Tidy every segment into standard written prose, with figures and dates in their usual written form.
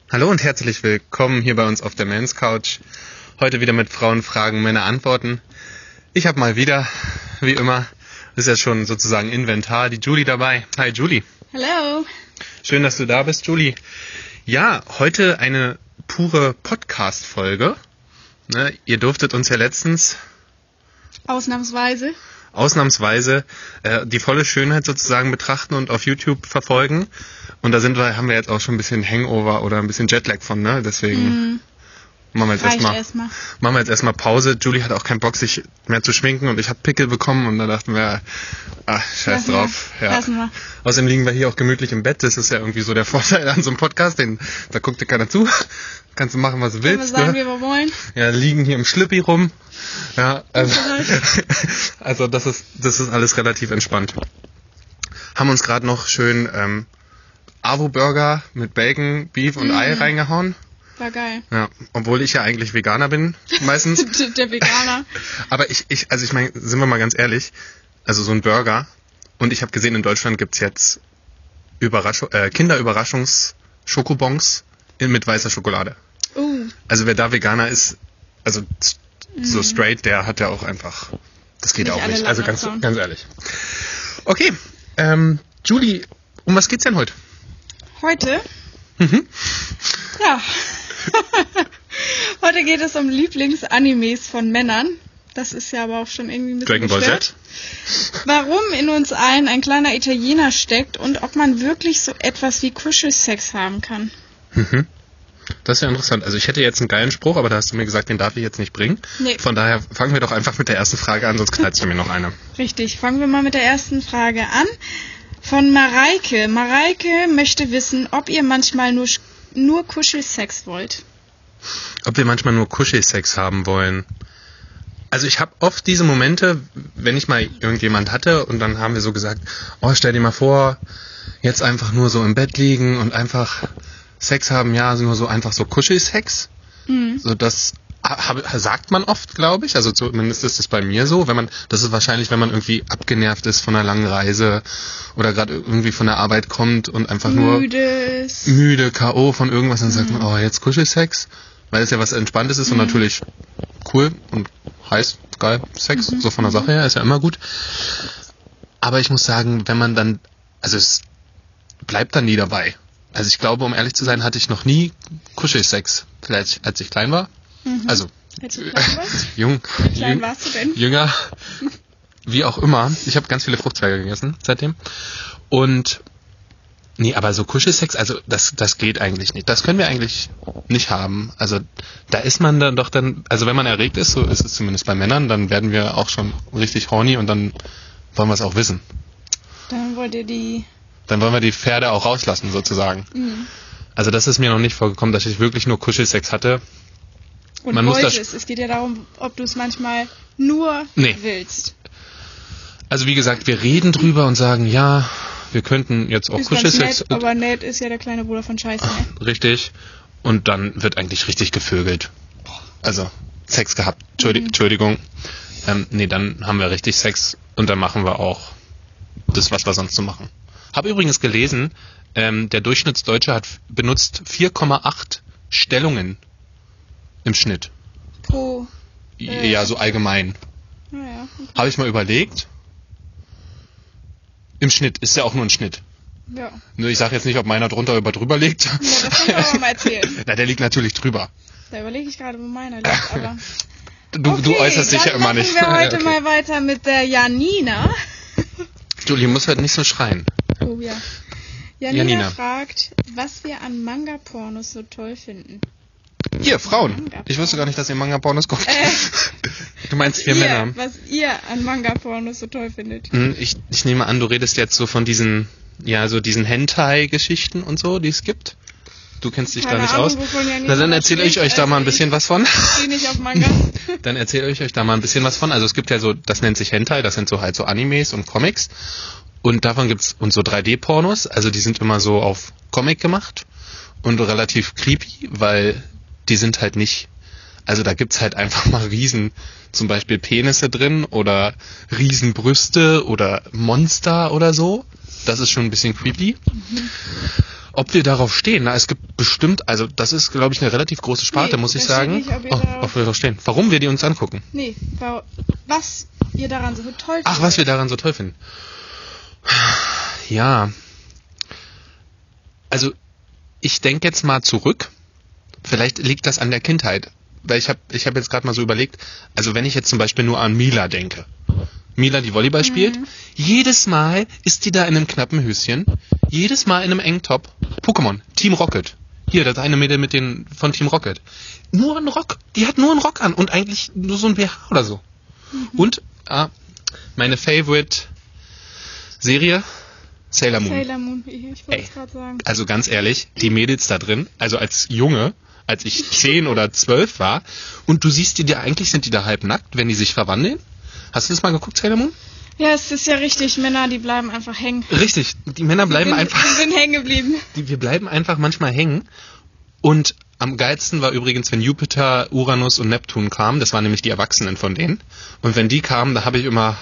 Hallo und herzlich willkommen hier bei uns auf der Men's Couch. Heute wieder mit Frauen fragen, Männer antworten. Ich habe mal wieder, wie immer, ist ja schon sozusagen Inventar, die Julie dabei. Hi Julie. Hallo. Schön, dass du da bist, Julie. Ja, heute eine pure Podcast-Folge. Ne, ihr durftet uns ja letztens Ausnahmsweise die volle Schönheit sozusagen betrachten und auf YouTube verfolgen. Und da haben wir jetzt auch schon ein bisschen Hangover oder ein bisschen Jetlag von, ne? Deswegen machen wir jetzt erstmal Pause. Julie hat auch keinen Bock, sich mehr zu schminken und ich habe Pickel bekommen und da dachten wir, scheiß drauf. Ja. Außerdem liegen wir hier auch gemütlich im Bett. Das ist ja irgendwie so der Vorteil an so einem Podcast, da guckt dir keiner zu. Kannst du machen, was du willst. Können wir sagen, wie wir wollen. Ja, liegen hier im Schlippi rum. Ja, also das ist alles relativ entspannt. Haben uns gerade noch schön Avo-Burger mit Bacon, Beef und Ei reingehauen. War geil. Ja, obwohl ich ja eigentlich Veganer bin, meistens. Der Veganer. Aber ich meine, sind wir mal ganz ehrlich, also so ein Burger, und ich habe gesehen, in Deutschland gibt's jetzt Kinder-Überraschungs-Schokobons mit weißer Schokolade. Also wer da Veganer ist, also so straight, der hat ja auch einfach, das geht auch nicht. Also ganz ehrlich. Okay, Julie, um was geht's denn heute? Heute? Ja. Heute geht es um Lieblingsanimes von Männern. Das ist ja aber auch schon irgendwie ein bisschen Dragon Ball Z. Warum in uns allen ein kleiner Italiener steckt und ob man wirklich so etwas wie Kuschelsex haben kann. Das ist ja interessant. Also ich hätte jetzt einen geilen Spruch, aber da hast du mir gesagt, den darf ich jetzt nicht bringen. Nee. Von daher fangen wir doch einfach mit der ersten Frage an, sonst knallst du mir noch eine. Richtig, fangen wir mal mit der ersten Frage an. Von Mareike. Mareike möchte wissen, ob ihr manchmal nur Kuschelsex wollt. Ob wir manchmal nur Kuschelsex haben wollen. Also ich habe oft diese Momente, wenn ich mal irgendjemand hatte und dann haben wir so gesagt, oh, stell dir mal vor, jetzt einfach nur so im Bett liegen und einfach Sex haben, ja, nur so einfach so Kuschelsex. So das sagt man oft, glaube ich. Also zumindest ist es bei mir so. Das ist wahrscheinlich, wenn man irgendwie abgenervt ist von einer langen Reise oder gerade irgendwie von der Arbeit kommt und einfach müde, K.O. von irgendwas, dann sagt man, oh, jetzt Kuschelsex, weil es ja was Entspanntes ist und natürlich cool und heiß, geil, Sex, so von der Sache her, ist ja immer gut. Aber ich muss sagen, wenn man dann, also es bleibt dann nie dabei. Also ich glaube, um ehrlich zu sein, hatte ich noch nie Kuschelsex, vielleicht als ich klein war. Also Wie klein warst du denn? Jünger, wie auch immer. Ich habe ganz viele Fruchtzweige gegessen seitdem. Und nee, aber so Kuschelsex, also das geht eigentlich nicht. Das können wir eigentlich nicht haben. Also da ist man dann doch also wenn man erregt ist, so ist es zumindest bei Männern, dann werden wir auch schon richtig horny und dann wollen wir es auch wissen. Dann wollen wir die Pferde auch rauslassen, sozusagen. Also das ist mir noch nicht vorgekommen, dass ich wirklich nur Kuschelsex hatte. Und es geht ja darum, ob du es manchmal nur willst. Also wie gesagt, wir reden drüber und sagen, ja, wir könnten jetzt auch Kuschelsex. Aber nett ist ja der kleine Bruder von Scheiße. Richtig. Und dann wird eigentlich richtig gevögelt. Also Sex gehabt. Entschuldigung. Dann haben wir richtig Sex und dann machen wir auch das, was wir sonst so machen. Habe übrigens gelesen, der Durchschnittsdeutsche benutzt 4,8 Stellungen im Schnitt. Pro. Ja, so allgemein. Ja, okay. Habe ich mal überlegt. Im Schnitt, ist ja auch nur ein Schnitt. Ja. Nur ich sage jetzt nicht, ob meiner drunter oder drüber liegt. Ja, das kann ich aber mal erzählen. Na, der liegt natürlich drüber. Da überlege ich gerade, wo meiner liegt, aber... Du äußerst dich ja immer nicht. Dann machen wir heute mal weiter mit der Janina. Julie, muss halt nicht so schreien. Oh ja. Janina fragt, was wir an Manga-Pornos so toll finden. Ihr, Frauen. Ich wusste gar nicht, dass ihr Manga-Pornos guckt. Du meinst wir Männer. Was ihr an Manga-Pornos so toll findet. Ich nehme an, du redest jetzt so von diesen Hentai-Geschichten und so, die es gibt. Du kennst dich da nicht aus. Na, dann erzähle ich euch da mal ein bisschen was von. Ich stehe nicht auf Mangas. Dann erzähle ich euch da mal ein bisschen was von. Also es gibt ja so, das nennt sich Hentai, das sind so halt so Animes und Comics. Und davon gibt's und so 3D-Pornos, also die sind immer so auf Comic gemacht und relativ creepy, weil die sind halt nicht, also da gibt's halt einfach mal riesen, zum Beispiel Penisse drin oder Riesenbrüste oder Monster oder so. Das ist schon ein bisschen creepy. Ob wir darauf stehen? Na, es gibt bestimmt, also das ist, glaube ich, eine relativ große Sparte, muss ich sagen. Nicht, ob wir darauf stehen. Warum wir die uns angucken? Nee, was ihr daran so toll findet. Ach, was wir daran so toll finden. Ja. Also, ich denke jetzt mal zurück. Vielleicht liegt das an der Kindheit. Weil ich hab jetzt gerade mal so überlegt, also wenn ich jetzt zum Beispiel nur an Mila denke. Mila, die Volleyball spielt. Jedes Mal ist die da in einem knappen Höschen. Jedes Mal in einem engen Top. Pokémon, Team Rocket. Hier, das eine Mädel von Team Rocket. Nur ein Rock. Die hat nur einen Rock an und eigentlich nur so ein BH oder so. Und meine Favorite Serie, Sailor Moon. Sailor Moon, ich wollte es gerade sagen. Also ganz ehrlich, die Mädels da drin, also als Junge, als ich 10 oder 12 war, und du siehst eigentlich sind die da halb nackt, wenn die sich verwandeln. Hast du das mal geguckt, Sailor Moon? Ja, es ist ja richtig, Männer, die bleiben einfach hängen. Richtig, die Männer bleiben einfach... Die sind hängen geblieben. Wir bleiben einfach manchmal hängen. Und am geilsten war übrigens, wenn Jupiter, Uranus und Neptun kamen. Das waren nämlich die Erwachsenen von denen. Und wenn die kamen, da habe ich immer...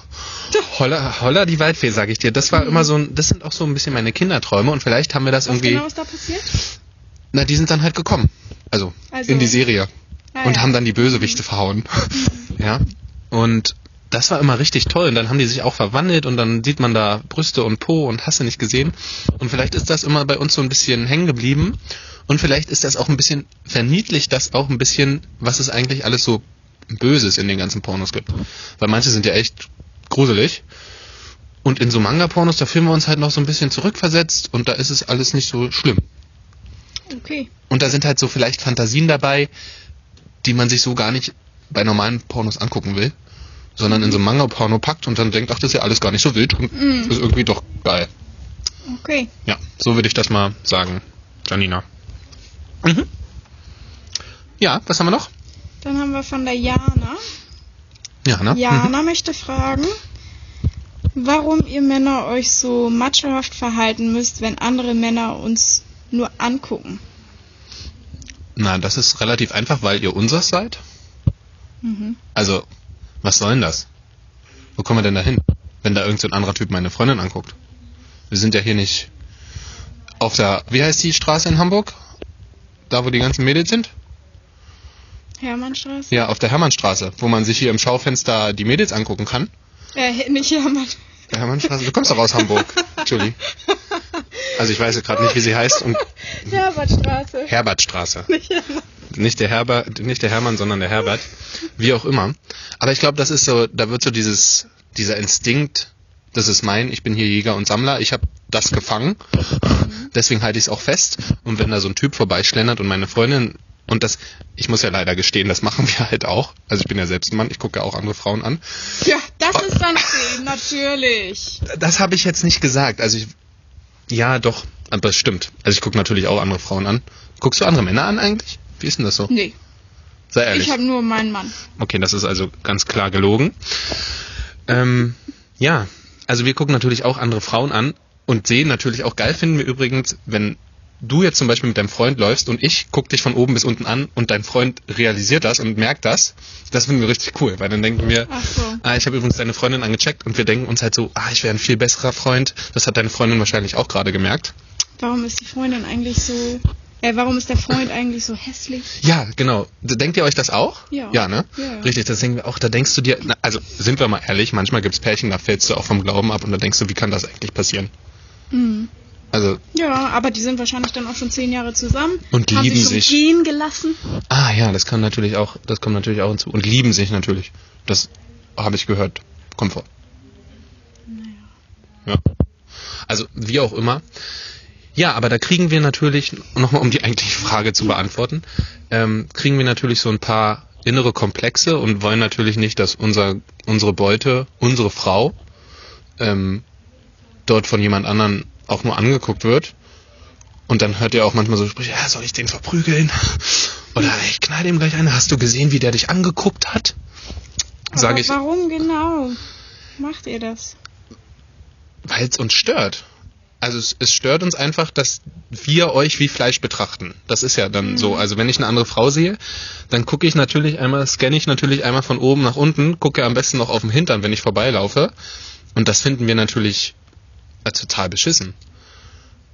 Holla die Waldfee, sag ich dir. Das war immer so das sind auch so ein bisschen meine Kinderträume. Und vielleicht haben wir das irgendwie... Was genau ist da passiert? Na, die sind dann halt gekommen. Also in die Serie. Und haben dann die Bösewichte verhauen. Ja. Und das war immer richtig toll. Und dann haben die sich auch verwandelt und dann sieht man da Brüste und Po und hast du nicht gesehen. Und vielleicht ist das immer bei uns so ein bisschen hängen geblieben. Und vielleicht ist das auch ein bisschen, verniedlicht das auch ein bisschen, was es eigentlich alles so Böses in den ganzen Pornos gibt. Weil manche sind ja echt gruselig. Und in so Manga-Pornos, da fühlen wir uns halt noch so ein bisschen zurückversetzt und da ist es alles nicht so schlimm. Okay. Und da sind halt so vielleicht Fantasien dabei, die man sich so gar nicht bei normalen Pornos angucken will, sondern in so einem Manga-Porno packt und dann denkt, ach, das ist ja alles gar nicht so wild und ist irgendwie doch geil. Okay. Ja, so würde ich das mal sagen, Janina. Mhm. Ja, was haben wir noch? Dann haben wir von der Jana. Jana? Jana möchte fragen, warum ihr Männer euch so machohaft verhalten müsst, wenn andere Männer uns nur angucken. Na, das ist relativ einfach, weil ihr unseres seid. Also, was soll denn das? Wo kommen wir denn da hin, wenn da irgend so ein anderer Typ meine Freundin anguckt? Wir sind ja hier nicht auf der, wie heißt die Straße in Hamburg? Da, wo die ganzen Mädels sind? Hermannstraße? Ja, auf der Hermannstraße, wo man sich hier im Schaufenster die Mädels angucken kann. Nicht Hermann. Hermannstraße, du kommst doch aus Hamburg, Julie. Also ich weiß gerade nicht, wie sie heißt. Und Herbertstraße. Herbertstraße. Nicht der Hermann, sondern der Herbert. Wie auch immer. Aber ich glaube, das ist so, da wird so dieser Instinkt, das ist ich bin hier Jäger und Sammler, ich habe das gefangen, deswegen halte ich es auch fest. Und wenn da so ein Typ vorbeischlendert und meine Freundin, und das, ich muss ja leider gestehen, das machen wir halt auch. Also ich bin ja selbst ein Mann, ich gucke ja auch andere Frauen an. Ja, das ist dann schön, natürlich. Das habe ich jetzt nicht gesagt. Also ja, doch, aber das stimmt. Also ich gucke natürlich auch andere Frauen an. Guckst du andere Männer an eigentlich? Wie ist denn das so? Nee. Sei ehrlich. Ich habe nur meinen Mann. Okay, das ist also ganz klar gelogen. Ja, also wir gucken natürlich auch andere Frauen an und sehen natürlich auch geil, finden wir übrigens, wenn du jetzt zum Beispiel mit deinem Freund läufst und ich gucke dich von oben bis unten an und dein Freund realisiert das und merkt das, das finden wir richtig cool, weil dann denken wir, ich habe übrigens deine Freundin angecheckt und wir denken uns halt so, ich wäre ein viel besserer Freund. Das hat deine Freundin wahrscheinlich auch gerade gemerkt. Warum ist die Freundin eigentlich so... warum ist der Freund eigentlich so hässlich? Ja, genau. Denkt ihr euch das auch? Ja. Ja, ne? Ja. Richtig, das denken wir auch. Da denkst du dir, also sind wir mal ehrlich, manchmal gibt's Pärchen, da fällst du auch vom Glauben ab und da denkst du, wie kann das eigentlich passieren? Mhm. Also. Ja, aber die sind wahrscheinlich dann auch schon 10 Jahre zusammen. Und haben lieben sich. sich. Gehen gelassen. Ja, das kommt natürlich auch hinzu. Und lieben sich natürlich. Das habe ich gehört. Kommt vor. Ja. Also, wie auch immer. Ja, aber da kriegen wir natürlich, nochmal um die eigentliche Frage zu beantworten, kriegen wir natürlich so ein paar innere Komplexe und wollen natürlich nicht, dass unsere Beute, unsere Frau, dort von jemand anderen auch nur angeguckt wird. Und dann hört ihr auch manchmal so Sprüche, soll ich den verprügeln? Oder ich knall dem gleich eine. Hast du gesehen, wie der dich angeguckt hat? Sag ich. Warum genau macht ihr das? Weil es uns stört. Also es stört uns einfach, dass wir euch wie Fleisch betrachten. Das ist ja dann so. Also wenn ich eine andere Frau sehe, dann scanne ich natürlich einmal von oben nach unten, gucke am besten noch auf den Hintern, wenn ich vorbeilaufe. Und das finden wir natürlich total beschissen.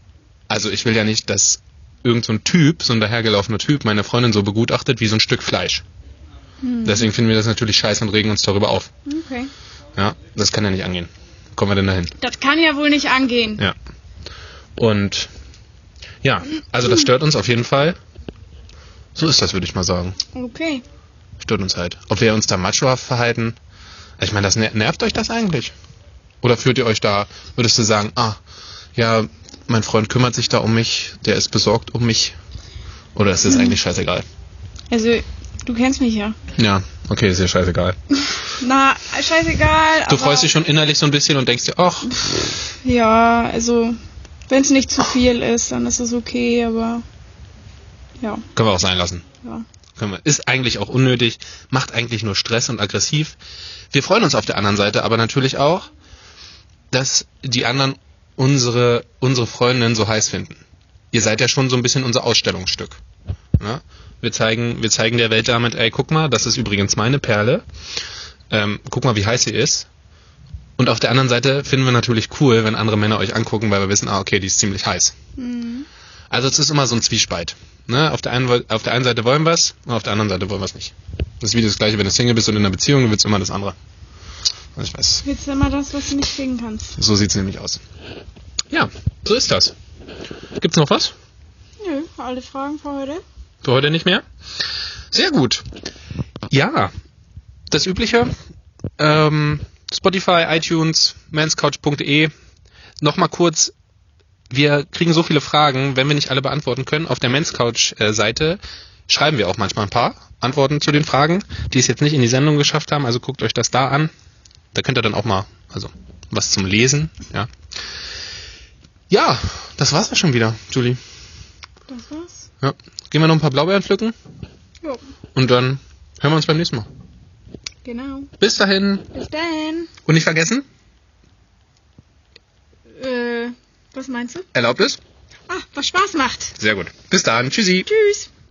Also ich will ja nicht, dass irgend so ein Typ, so ein dahergelaufener Typ, meine Freundin so begutachtet wie so ein Stück Fleisch. Deswegen finden wir das natürlich scheiße und regen uns darüber auf. Okay. Ja, das kann ja nicht angehen. Kommen wir denn dahin? Das kann ja wohl nicht angehen. Ja. Und ja, also das stört uns auf jeden Fall. So ist das, würde ich mal sagen. Okay. Stört uns halt. Ob wir uns da machohaft verhalten, ich meine, das nervt euch das eigentlich? Oder fühlt ihr euch da, würdest du sagen, ja, mein Freund kümmert sich da um mich, der ist besorgt um mich? Oder ist das eigentlich scheißegal? Also, du kennst mich ja. Ja, okay, ist ja scheißegal. Na, scheißegal. Du freust dich schon innerlich so ein bisschen und denkst dir, ach. Ja, also, wenn es nicht zu viel ist, dann ist es okay, aber ja. Können wir auch sein lassen. Ja. Ist eigentlich auch unnötig, macht eigentlich nur Stress und aggressiv. Wir freuen uns auf der anderen Seite aber natürlich auch, dass die anderen unsere Freundinnen so heiß finden. Ihr seid ja schon so ein bisschen unser Ausstellungsstück. Ne? Wir zeigen der Welt damit, ey, guck mal, das ist übrigens meine Perle. Guck mal, wie heiß sie ist. Und auf der anderen Seite finden wir natürlich cool, wenn andere Männer euch angucken, weil wir wissen, okay, die ist ziemlich heiß. Mhm. Also es ist immer so ein Zwiespalt. Ne? Auf der einen Seite wollen wir es, und auf der anderen Seite wollen wir es nicht. Das ist wie das Gleiche, wenn du Single bist und in einer Beziehung, du willst immer das andere. Ich weiß. Willst du immer das, was du nicht kriegen kannst? So sieht's nämlich aus. Ja, so ist das. Gibt's noch was? Nö, alle Fragen für heute. Für heute nicht mehr? Sehr gut. Ja, das Übliche. Spotify, iTunes, manscouch.de. Nochmal kurz, wir kriegen so viele Fragen, wenn wir nicht alle beantworten können. Auf der Manscouch-Seite schreiben wir auch manchmal ein paar Antworten zu den Fragen, die es jetzt nicht in die Sendung geschafft haben. Also guckt euch das da an. Da könnt ihr dann auch mal was zum Lesen. Ja, das war's ja schon wieder, Julie. Das war's? Ja. Gehen wir noch ein paar Blaubeeren pflücken? Jo. Und dann hören wir uns beim nächsten Mal. Genau. Bis dahin. Bis dann. Und nicht vergessen? Was meinst du? Erlaubt es? Was Spaß macht. Sehr gut. Bis dann. Tschüssi. Tschüss.